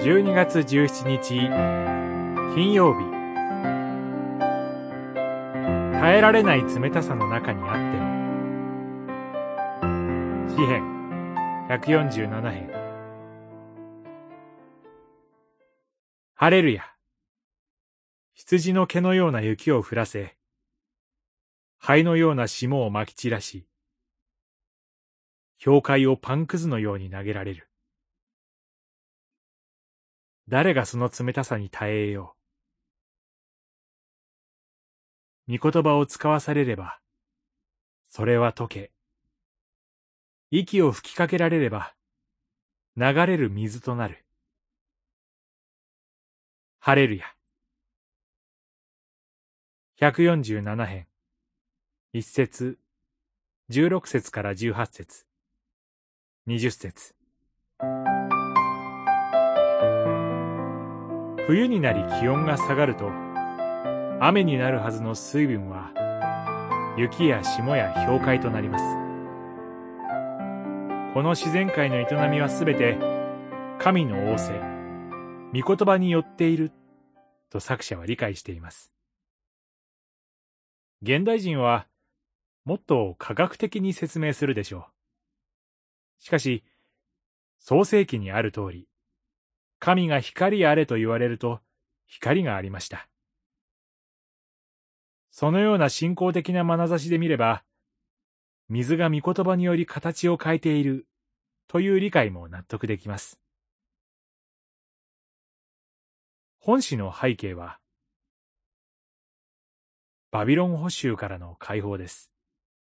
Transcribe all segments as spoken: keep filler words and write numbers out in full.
じゅうにがつじゅうしちにち金曜日。耐えられない冷たさの中にあっても。詩編ひゃくよんじゅうなな編。ハレルヤ。羊の毛のような雪を降らせ、灰のような霜をまき散らし、氷塊をパンくずのように投げられる。誰がその冷たさに耐えよう。御言葉を使わされれば、それは溶け、息を吹きかけられれば、流れる水となる。ハレルヤ。ひゃくよんじゅうなな編、いっ節、じゅうろく節からじゅうはち節、にじゅっ節。冬になり気温が下がると、雨になるはずの水分は、雪や霜や氷塊となります。この自然界の営みはすべて、神の仰せ、御言葉によっている、と作者は理解しています。現代人は、もっと科学的に説明するでしょう。しかし、創世記にある通り、神が光あれと言われると、光がありました。そのような信仰的な眼差しで見れば、水が御言葉により形を変えているという理解も納得できます。本詩の背景は、バビロン捕囚からの解放です。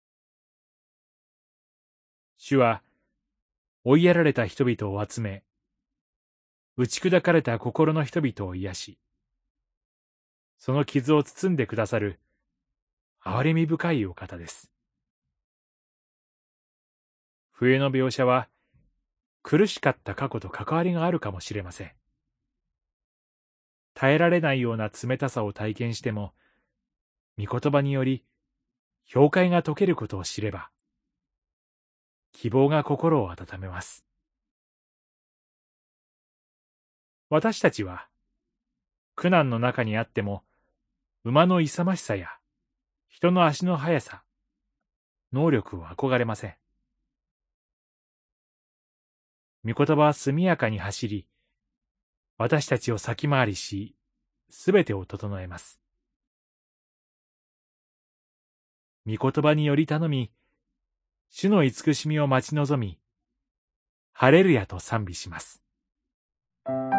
主は、追いやられた人々を集め、打ち砕かれた心の人々を癒し、その傷を包んでくださる、憐れみ深いお方です。冬の描写は、苦しかった過去と関わりがあるかもしれません。耐えられないような冷たさを体験しても、御言葉により、氷塊が溶けることを知れば、希望が心を温めます。私たちは、苦難の中にあっても、馬の勇ましさや、人の足の速さ、能力を憧れません。御言葉は速やかに走り、私たちを先回りし、すべてを整えます。御言葉により頼み、主の慈しみを待ち望み、ハレルヤと賛美します。